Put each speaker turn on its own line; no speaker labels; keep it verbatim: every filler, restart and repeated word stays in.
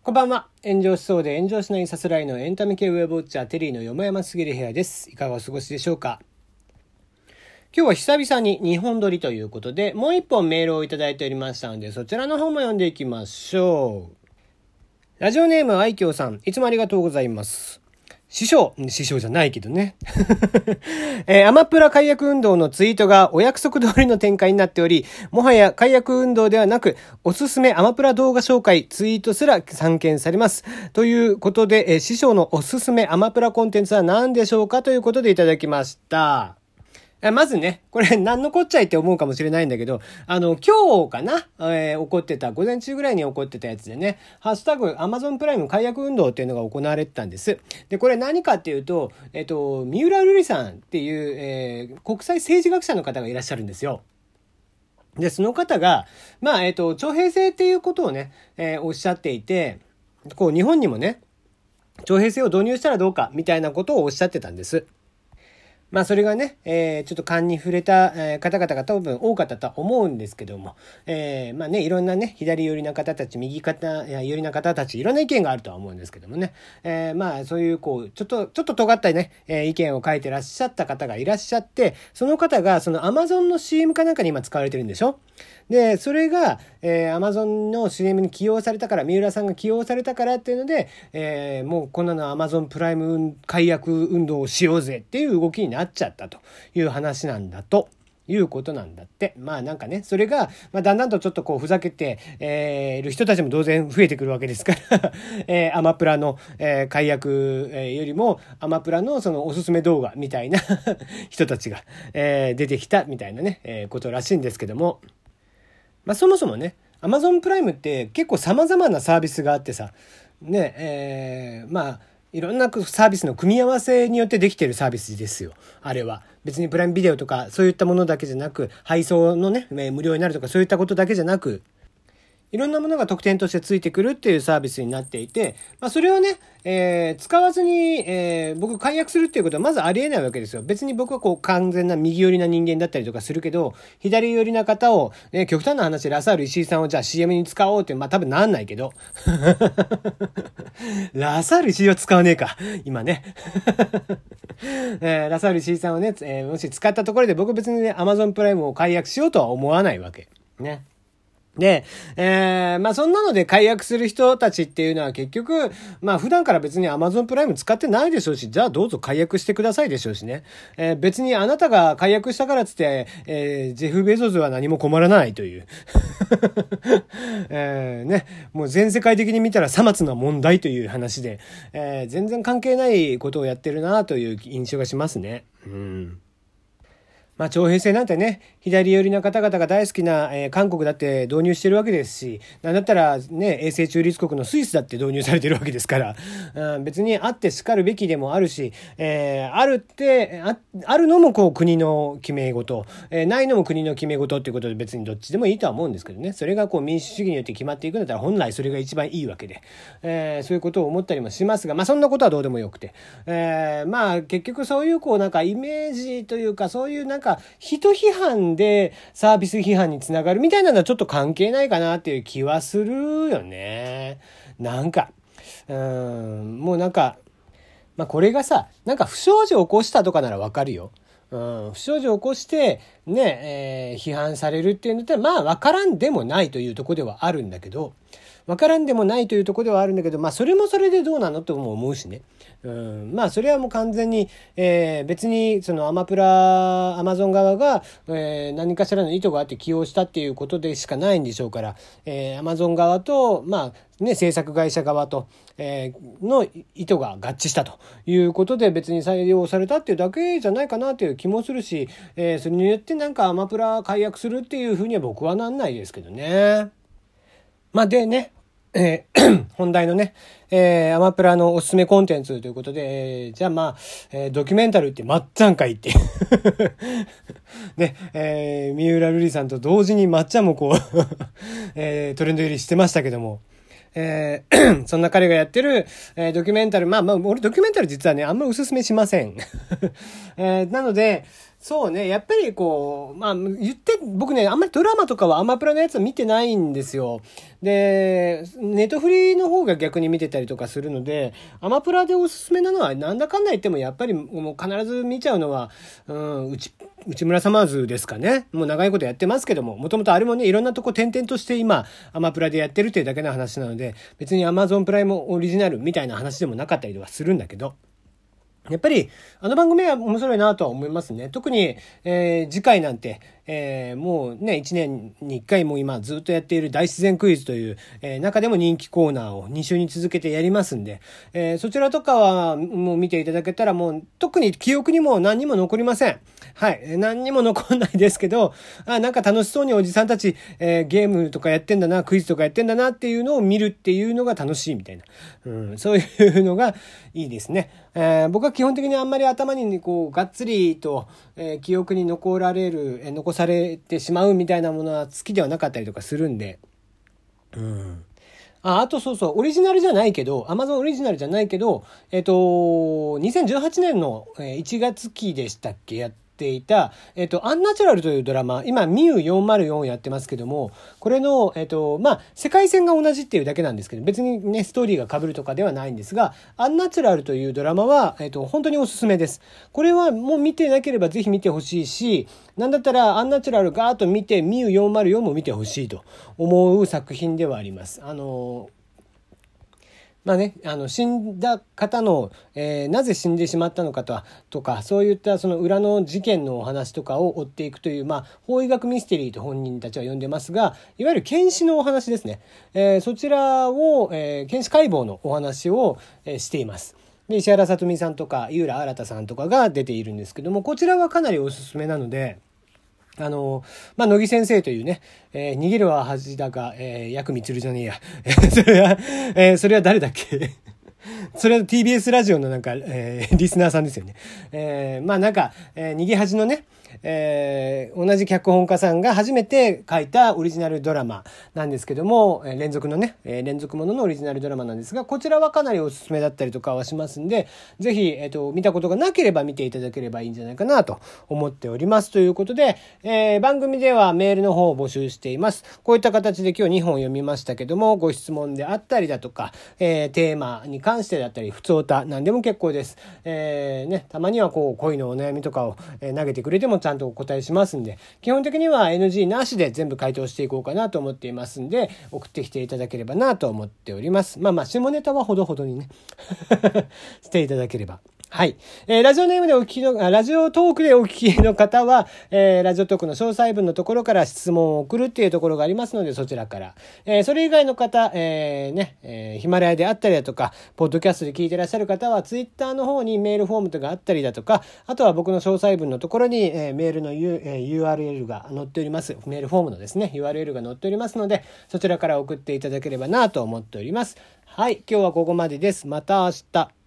こんばんは。炎上しそうで炎上しないさすらいのエンタメ系ウェブウォッチャーテリーのよもやますぎる部屋です。いかがお過ごしでしょうか。今日は久々ににほん撮りということで、もう一本メールをいただいておりましたので、そちらの方も読んでいきましょう。ラジオネーム愛嬌さん、いつもありがとうございます。師匠、師匠じゃないけどね。えー、アマプラ解約運動のツイートがお約束通りの展開になっており、もはや解約運動ではなく、おすすめアマプラ動画紹介ツイートすら散見されます。ということで、えー、師匠のおすすめアマプラコンテンツは何でしょうかということでいただきました。まずね、これ何のこっちゃいって思うかもしれないんだけど、あの、今日かな、えー、起こってた、午前中ぐらいに起こってたやつでね、ハッシュタグ Amazon プライム解約運動っていうのが行われてたんです。で、これ何かっていうと、えっと、三浦瑠麗さんっていう、えー、国際政治学者の方がいらっしゃるんですよ。で、その方が、まあ、えっと、徴兵制っていうことをね、えー、おっしゃっていて、こう、日本にもね、徴兵制を導入したらどうか、みたいなことをおっしゃってたんです。まあそれがね、えー、ちょっと勘に触れた、えー、方々が多分多かったとは思うんですけども、えー、まあね、いろんなね、左寄りな方たち、右肩寄りな方たち、いろんな意見があるとは思うんですけどもね、えー、まあそういうこう、ちょっと、ちょっと尖ったね、えー、意見を書いてらっしゃった方がいらっしゃって、その方がその Amazon の シーエム かなんかに今使われてるんでしょ？で、それが、えー、Amazon の シーエム に起用されたから、三浦さんが起用されたからっていうので、えー、もうこんなの Amazon プライム解約運動をしようぜっていう動きになっちゃったという話なんだと。いうことなんだって。まあなんかね、それが、まあだんだんとちょっとこうふざけて、えー、いる人たちも当然増えてくるわけですから、えー、アマプラの、えー、解約、えー、よりも、アマプラのそのおすすめ動画みたいな人たちが、えー、出てきたみたいなね、えー、ことらしいんですけども、まあそもそもね、Amazon プライムって結構様々なサービスがあってさ、ね、えー、まあ、いろんなサービスの組み合わせによってできているサービスですよ。あれは。別にプライムビデオとかそういったものだけじゃなく、配送のね、無料になるとかそういったことだけじゃなく、いろんなものが特典としてついてくるっていうサービスになっていて、まあそれをね、えー、使わずに、えー、僕解約するっていうことはまずありえないわけですよ。別に僕はこう完全な右寄りな人間だったりとかするけど、左寄りな方を、ね、極端な話、ラサール石井さんをじゃあ シーエム に使おうって、まあ多分なんないけど。ラサール石井は使わねえか、今ね。えー、ラサール石井さんをね、えー、もし使ったところで僕別にね、Amazon プライムを解約しようとは思わないわけ。ね。で、えー、まあそんなので解約する人たちっていうのは結局、まあ普段から別に Amazon プライム使ってないでしょうし、じゃあどうぞ解約してくださいでしょうしね。えー、別にあなたが解約したからつって、えー、ジェフ・ベゾスは何も困らないという。えー、ね、もう全世界的に見たらさまつな問題という話で、えー、全然関係ないことをやってるなという印象がしますね。うん。まあ、徴兵制なんてね、左寄りな方々が大好きな、えー、韓国だって導入してるわけですし、なんだったらね、永世中立国のスイスだって導入されてるわけですから、うん、別にあってしかるべきでもあるし、えー、あるって、あ、あるのもこう国の決め事、えー、ないのも国の決め事っていうことで別にどっちでもいいとは思うんですけどね、それがこう民主主義によって決まっていくんだったら本来それが一番いいわけで、えー、そういうことを思ったりもしますが、まあそんなことはどうでもよくて、えー、まあ結局そういうこうなんかイメージというかそういうなんか人批判でサービス批判につながるみたいなのはちょっと関係ないかなっていう気はするよね。なんか、うーん、もうなんか、まあこれがさ、なんか不祥事を起こしたとかならわかるよ。うん、不祥事を起こして、ね、えー、批判されるっていうのって、まあわからんでもないというところではあるんだけど、わからんでもないというところではあるんだけど、まあそれもそれでどうなのとも思うしね。うん、まあそれはもう完全に、えー、別にそのアマプラ、アマゾン側が、えー、何かしらの意図があって起用したっていうことでしかないんでしょうから、えー、アマゾン側と、まあね、制作会社側と、えー、の意図が合致したということで別に採用されたっていうだけじゃないかなという気もするし、えー、それによってなんかアマプラ解約するっていうふうには僕はなんないですけどね。まあでね、えー、本題のね、えー、アマプラのおすすめコンテンツということで、えー、じゃあまあ、えー、ドキュメンタルってまっちゃんかいってね、えー、三浦瑠麗さんと同時にまっちゃんもこう、えー、トレンド入りしてましたけども、えー、そんな彼がやってる、えー、ドキュメンタル、まあまあ、俺ドキュメンタル実はね、あんまりおすすめしません。えー、なので、 そうね。やっぱりこう、まあ言って、僕ね、あんまりドラマとかはアマプラのやつは見てないんですよ。で、ネットフリの方が逆に見てたりとかするので、アマプラでおすすめなのはなんだかんだ言ってもやっぱりもう必ず見ちゃうのは、うん、内、内村サマーズですかね。もう長いことやってますけども、もともとあれもね、いろんなとこ転々として今、アマプラでやってるっていうだけの話なので、別にアマゾンプライムオリジナルみたいな話でもなかったりはするんだけど、やっぱり、あの番組は面白いなとは思いますね。特に、えー次回なんて、えーもうね、いちねんにいっかいも今ずっとやっている大自然クイズという、えー中でも人気コーナーをに週に続けてやりますんで、えーそちらとかはもう見ていただけたらもう特に記憶にも何にも残りません。はい。何にも残んないですけど、あ、なんか楽しそうにおじさんたち、えーゲームとかやってんだな、クイズとかやってんだなっていうのを見るっていうのが楽しいみたいな。うん、そういうのがいいですね。えー僕は基本的にあんまり頭にこうがっつりと、えー記憶に残られる、えー残されてしまうみたいなものは好きではなかったりとかするんで、うん。あ、あとそうそう、オリジナルじゃないけど、Amazon オリジナルじゃないけど、えっと、にせんじゅうはちねんのえーいちがつ期でしたっけ、やっていた、えっと、アンナチュラルというドラマ、今、ミューよんまるよんやってますけども、これの、えっと、まあ、世界線が同じっていうだけなんですけど、別にね、ストーリーが被るとかではないんですが、アンナチュラルというドラマは、えっと、本当におすすめです。これはもう見てなければぜひ見てほしいし、なんだったらアンナチュラルガーッと見て、ミューよんまるよんも見てほしいと思う作品ではあります。あの、まあね、あの死んだ方の、えーなぜ死んでしまったのかとはとか、そういったその裏の事件のお話とかを追っていくという、まあ、法医学ミステリーと本人たちは呼んでますが、いわゆる検視のお話ですね。えーそちらを、えー検視解剖のお話を、えーしています。で、石原さとみさんとか井浦新さんとかが出ているんですけども、こちらはかなりおすすめなので、あの、まあ、乃木先生というね、えー逃げるは恥だが、えー、ヤクミツルじゃねえや。それは、えーそれは誰だっけそれは ティービーエス ラジオのなんか、えーリスナーさんですよね。えーまあなんか、えー逃げ恥のね、えー同じ脚本家さんが初めて書いたオリジナルドラマなんですけども、えー連続のね、えー連続もののオリジナルドラマなんですが、こちらはかなりおすすめだったりとかはしますんで、ぜひ、えっと、見たことがなければ見ていただければいいんじゃないかなと思っております。ということで、えー番組ではメールの方を募集しています。こういった形で今日にほん読みましたけども、ご質問であったりだとか、えーテーマに関してだったり、普通歌、何でも結構です。えーね、たまにはこう、恋のお悩みとかを、えー投げてくれてもちゃんとお答えしますんで、基本的には エヌジー なしで全部回答していこうかなと思っていますんで、送ってきていただければなと思っております。まあまあ、下ネタはほどほどにね、していただければ。はい。えーラジオネームでお聞きの、あラジオトークでお聞きの方は、えーラジオトークの詳細文のところから質問を送るっていうところがありますので、そちらから。えーそれ以外の方、えーね、えーヒマラヤであったりだとか、ポッドキャストで聞いてらっしゃる方は、ツイッターの方にメールフォームとかあったりだとか、あとは僕の詳細文のところに、えーメールの U、えー ユーアールエル が載っております。メールフォームのですね、ユーアールエル が載っておりますので、そちらから送っていただければなと思っております。はい。今日はここまでです。また明日。